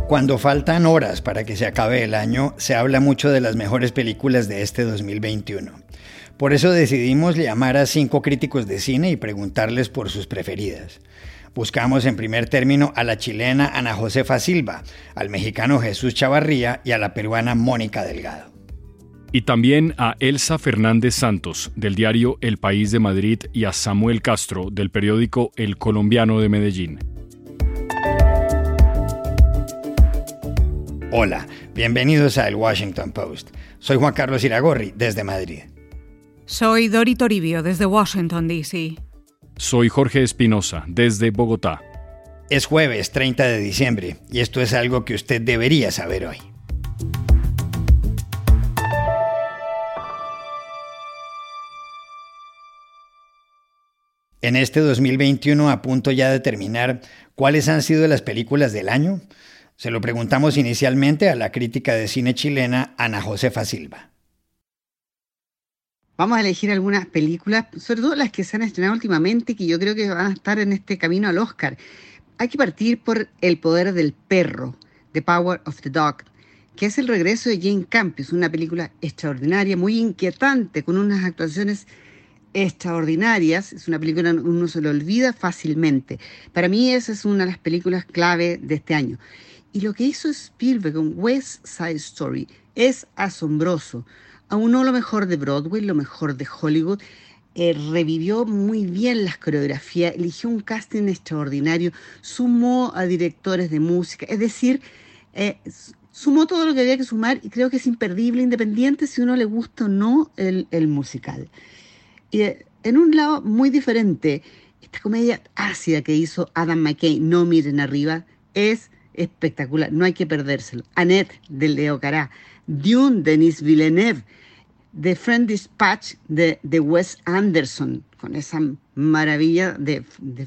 Cuando faltan horas para que se acabe el año, se habla mucho de las mejores películas de este 2021. Por eso decidimos llamar a 5 críticos de cine y preguntarles por sus preferidas. Buscamos en primer término a la chilena Ana Josefa Silva, al mexicano Jesús Chavarría y a la peruana Mónica Delgado. Y también a Elsa Fernández Santos, del diario El País de Madrid, y a Samuel Castro, del periódico El Colombiano de Medellín. Hola, bienvenidos a El Washington Post. Soy Juan Carlos Iragorri, desde Madrid. Soy Dori Toribio, desde Washington, D.C. Soy Jorge Espinosa, desde Bogotá. Es jueves 30 de diciembre y esto es algo que usted debería saber hoy. En este 2021, a punto ya de terminar, ¿cuáles han sido las películas del año? Se lo preguntamos inicialmente a la crítica de cine chilena Ana Josefa Silva. Vamos a elegir algunas películas, sobre todo las que se han estrenado últimamente, que yo creo que van a estar en este camino al Oscar. Hay que partir por El poder del perro, The Power of the Dog, que es el regreso de Jane Campion, una película extraordinaria, muy inquietante, con unas actuaciones extraordinarias. Es una película que uno se lo olvida fácilmente. Para mí esa es una de las películas clave de este año. Y lo que hizo Spielberg con West Side Story es asombroso. Aunó lo mejor de Broadway, lo mejor de Hollywood, revivió muy bien las coreografías, eligió un casting extraordinario, sumó a directores de música, es decir, sumó todo lo que había que sumar y creo que es imperdible, independiente si a uno le gusta o no el musical. Y en un lado muy diferente, esta comedia ácida que hizo Adam McKay, No miren arriba, es espectacular, no hay que perdérselo. Annette, de Leo Carrá, Dune, de Denis Villeneuve, The French Dispatch, de Wes Anderson, con esa maravilla de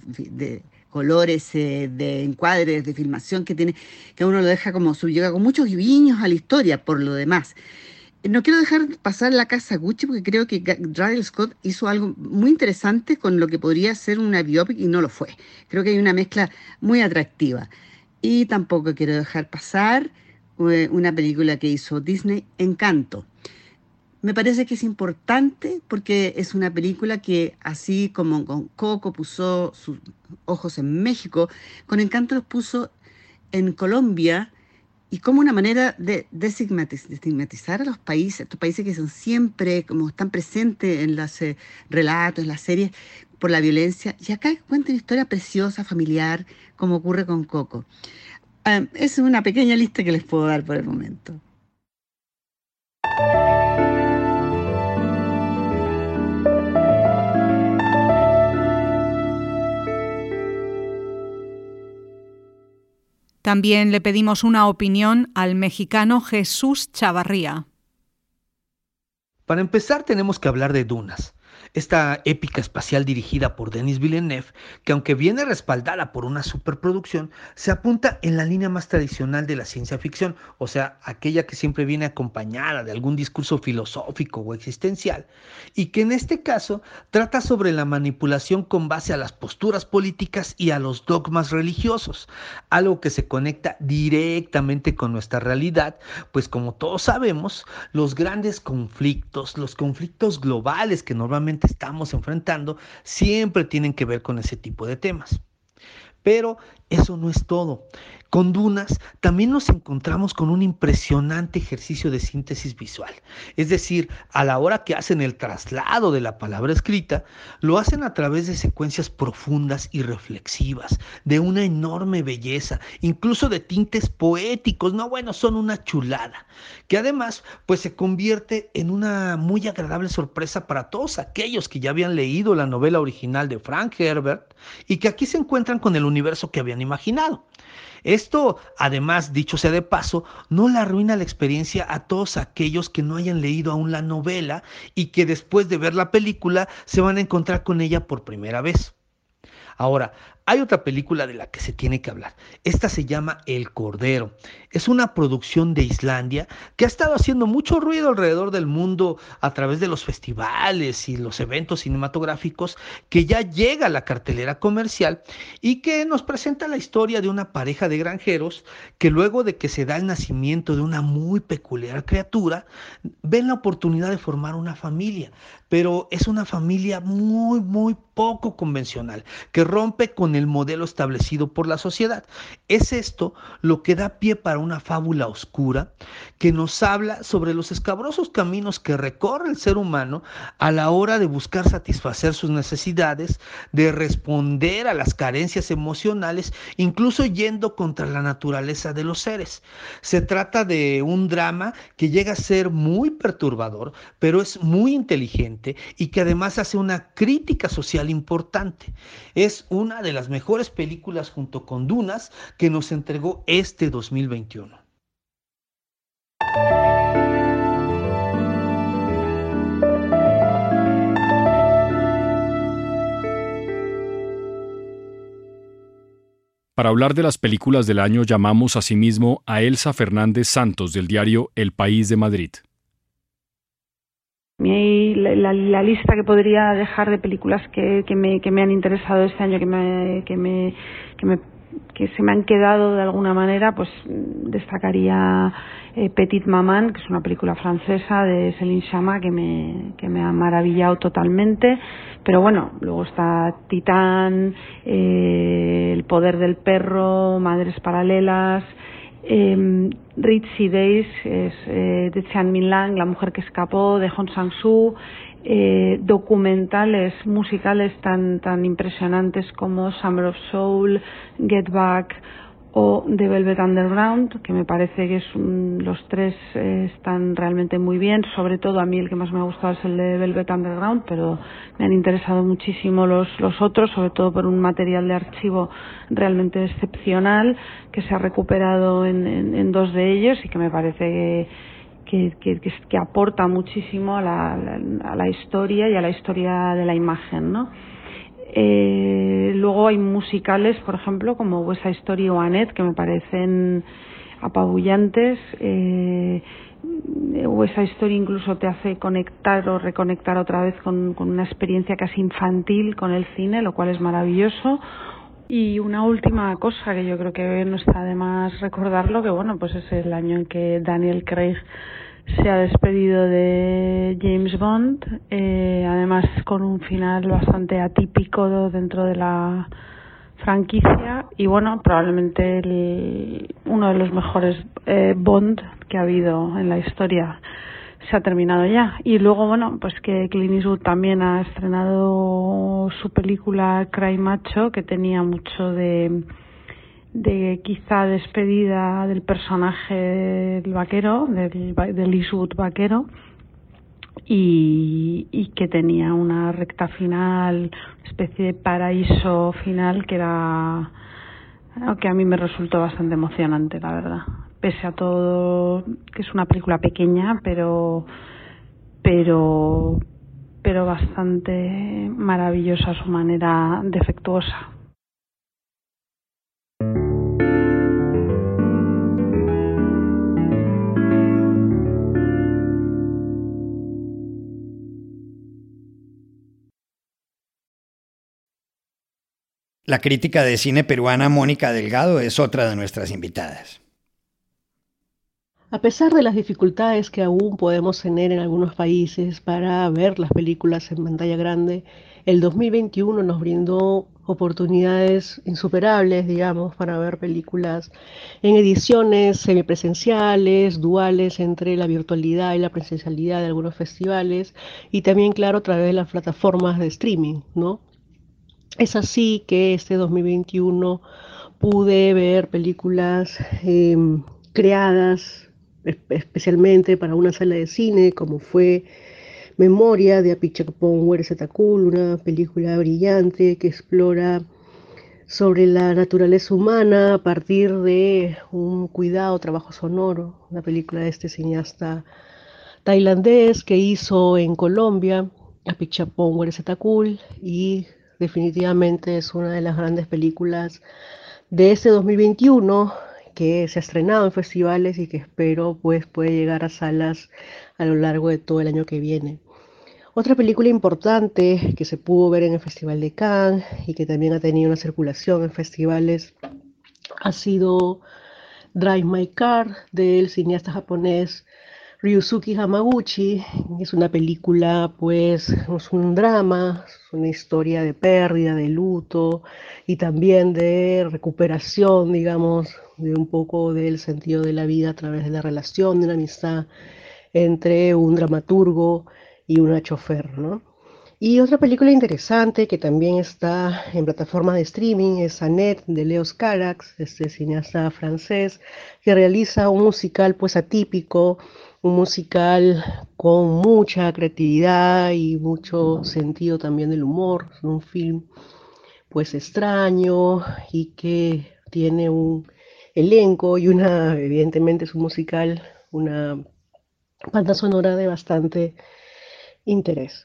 colores, de encuadres, de filmación que tiene, que a uno lo deja como subyugado, con muchos guiños a la historia, por lo demás. No quiero dejar pasar La Casa Gucci porque creo que Ridley Scott hizo algo muy interesante con lo que podría ser una biopic y no lo fue. Creo que hay una mezcla muy atractiva. Y tampoco quiero dejar pasar una película que hizo Disney, Encanto. Me parece que es importante porque es una película que, así como con Coco puso sus ojos en México, con Encanto los puso en Colombia, y como una manera de estigmatizar a los países, estos países que son siempre, como están presentes en los relatos, en las series, por la violencia. Y acá cuenta una historia preciosa, familiar, como ocurre con Coco. Es una pequeña lista que les puedo dar por el momento. También le pedimos una opinión al mexicano Jesús Chavarría. Para empezar tenemos que hablar de Dunas, esta épica espacial dirigida por Denis Villeneuve, que aunque viene respaldada por una superproducción, se apunta en la línea más tradicional de la ciencia ficción, o sea, aquella que siempre viene acompañada de algún discurso filosófico o existencial, y que en este caso trata sobre la manipulación con base a las posturas políticas y a los dogmas religiosos, algo que se conecta directamente con nuestra realidad, pues como todos sabemos, los grandes conflictos, los conflictos globales que normalmente estamos enfrentando siempre tienen que ver con ese tipo de temas. Pero eso no es todo. Con Dunas también nos encontramos con un impresionante ejercicio de síntesis visual. Es decir, a la hora que hacen el traslado de la palabra escrita, lo hacen a través de secuencias profundas y reflexivas, de una enorme belleza, incluso de tintes poéticos. No, bueno, son una chulada, que además pues se convierte en una muy agradable sorpresa para todos aquellos que ya habían leído la novela original de Frank Herbert y que aquí se encuentran con el universo que habían imaginado. Esto, además, dicho sea de paso, no le arruina la experiencia a todos aquellos que no hayan leído aún la novela y que después de ver la película se van a encontrar con ella por primera vez. Ahora, Hay otra película de la que se tiene que hablar. Esta se llama El Cordero. Es una producción de Islandia que ha estado haciendo mucho ruido alrededor del mundo a través de los festivales y los eventos cinematográficos, que ya llega a la cartelera comercial y que nos presenta la historia de una pareja de granjeros que, luego de que se da el nacimiento de una muy peculiar criatura, ven la oportunidad de formar una familia, pero es una familia muy poco convencional, que rompe con el modelo establecido por la sociedad. Es esto lo que da pie para una fábula oscura que nos habla sobre los escabrosos caminos que recorre el ser humano a la hora de buscar satisfacer sus necesidades, de responder a las carencias emocionales, incluso yendo contra la naturaleza de los seres. Se trata de un drama que llega a ser muy perturbador, pero es muy inteligente y que además hace una crítica social importante. Es una de las mejores películas, junto con Dunas, que nos entregó este 2021. Para hablar de las películas del año llamamos asimismo a Elsa Fernández Santos del diario El País de Madrid. La lista que podría dejar de películas que me han interesado este año, que se me han quedado de alguna manera, pues destacaría Petite Maman, que es una película francesa de Céline Sciamma que me ha maravillado totalmente. Pero bueno, luego está Titán, El poder del perro, Madres paralelas, Ritzy Days, de Sean Min Lang, La mujer que escapó, de Hong Sang-soo, documentales musicales tan impresionantes como Summer of Soul, Get Back o The Velvet Underground, que me parece que los tres están realmente muy bien. Sobre todo a mí el que más me ha gustado es el de Velvet Underground, pero me han interesado muchísimo los otros, sobre todo por un material de archivo realmente excepcional que se ha recuperado en dos de ellos y que me parece que aporta muchísimo a la historia y a la historia de la imagen, ¿no? Luego hay musicales, por ejemplo, como West Side Story o Annette, que me parecen apabullantes. West Side Story incluso te hace conectar o reconectar otra vez con una experiencia casi infantil con el cine, lo cual es maravilloso. Y una última cosa que yo creo que no está de más recordarlo, que bueno, pues es el año en que Daniel Craig se ha despedido de James Bond, además con un final bastante atípico dentro de la franquicia, y bueno, probablemente uno de los mejores Bond que ha habido en la historia se ha terminado ya. Y luego, bueno, pues que Clint Eastwood también ha estrenado su película Cry Macho, que tenía mucho de quizá despedida del personaje del vaquero, del Eastwood vaquero, y que tenía una recta final, una especie de paraíso final que a mí me resultó bastante emocionante, la verdad. Pese a todo, que es una película pequeña, pero bastante maravillosa a su manera defectuosa. La crítica de cine peruana Mónica Delgado es otra de nuestras invitadas. A pesar de las dificultades que aún podemos tener en algunos países para ver las películas en pantalla grande, el 2021 nos brindó oportunidades insuperables, digamos, para ver películas en ediciones semipresenciales, duales entre la virtualidad y la presencialidad de algunos festivales, y también, claro, a través de las plataformas de streaming, ¿no? Es así que este 2021 pude ver películas creadas especialmente para una sala de cine, como fue Memoria de Apichatpong Weerasethakul, una película brillante que explora sobre la naturaleza humana a partir de un cuidado trabajo sonoro, una película de este cineasta tailandés que hizo en Colombia Apichatpong Weerasethakul, y definitivamente es una de las grandes películas de este 2021 que se ha estrenado en festivales y que espero pues puede llegar a salas a lo largo de todo el año que viene. Otra película importante que se pudo ver en el Festival de Cannes y que también ha tenido una circulación en festivales ha sido Drive My Car del cineasta japonés Ryusuke Hamaguchi. Es una película, pues, es un drama, es una historia de pérdida, de luto y también de recuperación, digamos, de un poco del sentido de la vida a través de la relación, de una amistad entre un dramaturgo y una chofer, ¿no? Y otra película interesante que también está en plataformas de streaming es Annette de Leos Carax, este cineasta francés que realiza un musical pues atípico, un musical con mucha creatividad y mucho sentido también del humor, es un film pues extraño y que tiene un elenco y evidentemente es un musical, una banda sonora de bastante interés.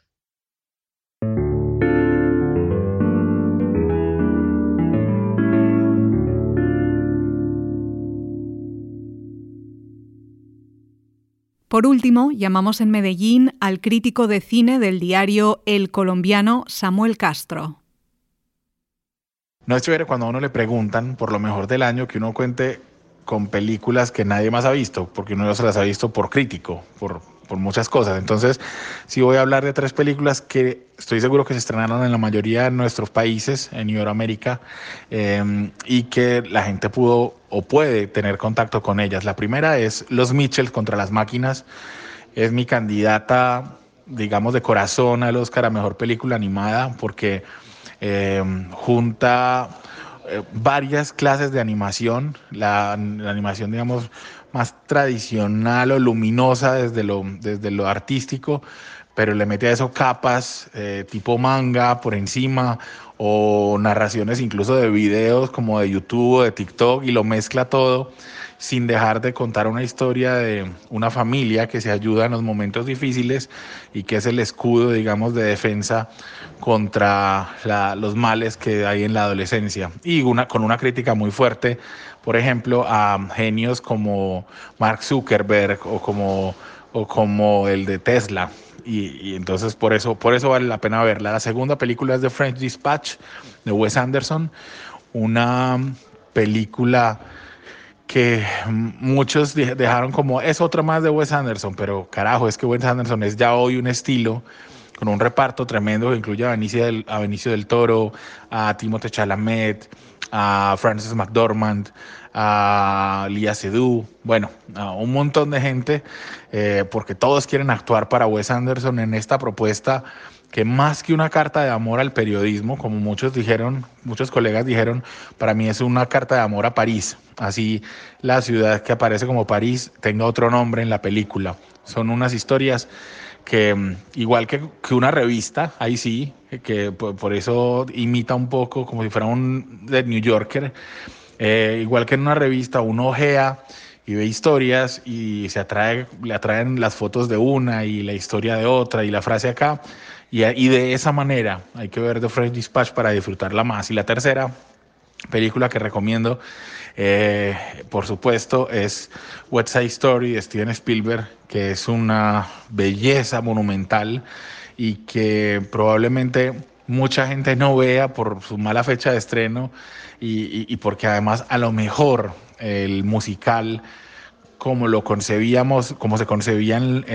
Por último, llamamos en Medellín al crítico de cine del diario El Colombiano, Samuel Castro. No es chévere cuando a uno le preguntan por lo mejor del año que uno cuente con películas que nadie más ha visto, porque uno ya se las ha visto por crítico, por muchas cosas. Entonces, sí voy a hablar de 3 películas que estoy seguro que se estrenaron en la mayoría de nuestros países, en Iberoamérica, y que la gente pudo o puede tener contacto con ellas. La primera es Los Mitchell contra las máquinas. Es mi candidata, digamos, de corazón al Oscar a Mejor Película Animada, porque junta varias clases de animación, la animación, digamos, más tradicional o luminosa desde lo artístico, pero le mete a eso capas tipo manga por encima o narraciones incluso de videos como de YouTube o de TikTok y lo mezcla todo sin dejar de contar una historia de una familia que se ayuda en los momentos difíciles y que es el escudo, digamos, de defensa contra los males que hay en la adolescencia. Y con una crítica muy fuerte, por ejemplo, a genios como Mark Zuckerberg o como el de Tesla. Y entonces por eso vale la pena verla. La segunda película es The French Dispatch de Wes Anderson, una película que muchos dejaron como es otra más de Wes Anderson, pero carajo, es que Wes Anderson es ya hoy un estilo con un reparto tremendo que incluye a Benicio del Toro, a Timothée Chalamet, a Frances McDormand, a Léa Seydoux, bueno, a un montón de gente, porque todos quieren actuar para Wes Anderson en esta propuesta que más que una carta de amor al periodismo, como muchos colegas dijeron, para mí es una carta de amor a París. Así la ciudad que aparece como París tenga otro nombre en la película. Son unas historias que, igual que una revista, ahí sí, que por eso imita un poco como si fuera un The New Yorker, igual que en una revista uno ojea y ve historias y le atraen las fotos de una y la historia de otra y la frase acá. Y de esa manera hay que ver The French Dispatch para disfrutarla más. Y la tercera película que recomiendo, por supuesto, es West Side Story de Steven Spielberg, que es una belleza monumental y que probablemente mucha gente no vea por su mala fecha de estreno y porque además a lo mejor el musical como lo concebíamos, como se concebían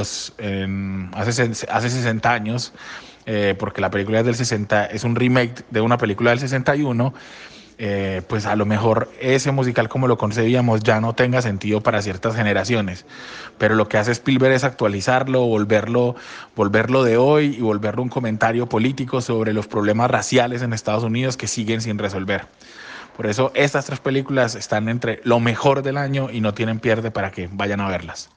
hace 60 años, porque la película es del 60, es un remake de una película del 61, pues a lo mejor ese musical como lo concebíamos ya no tenga sentido para ciertas generaciones, pero lo que hace Spielberg es actualizarlo, volverlo de hoy y volverlo un comentario político sobre los problemas raciales en Estados Unidos que siguen sin resolver. Por eso estas 3 películas están entre lo mejor del año y no tienen pierde para que vayan a verlas.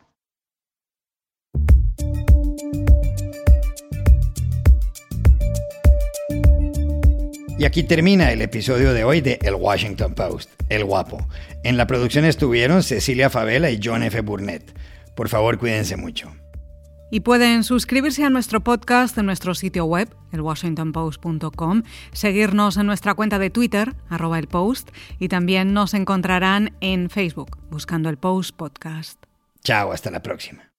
Y aquí termina el episodio de hoy de El Washington Post, El Guapo. En la producción estuvieron Cecilia Favela y John F. Burnett. Por favor, cuídense mucho. Y pueden suscribirse a nuestro podcast en nuestro sitio web, elwashingtonpost.com, seguirnos en nuestra cuenta de Twitter, @elpost, y también nos encontrarán en Facebook, buscando El Post Podcast. Chao, hasta la próxima.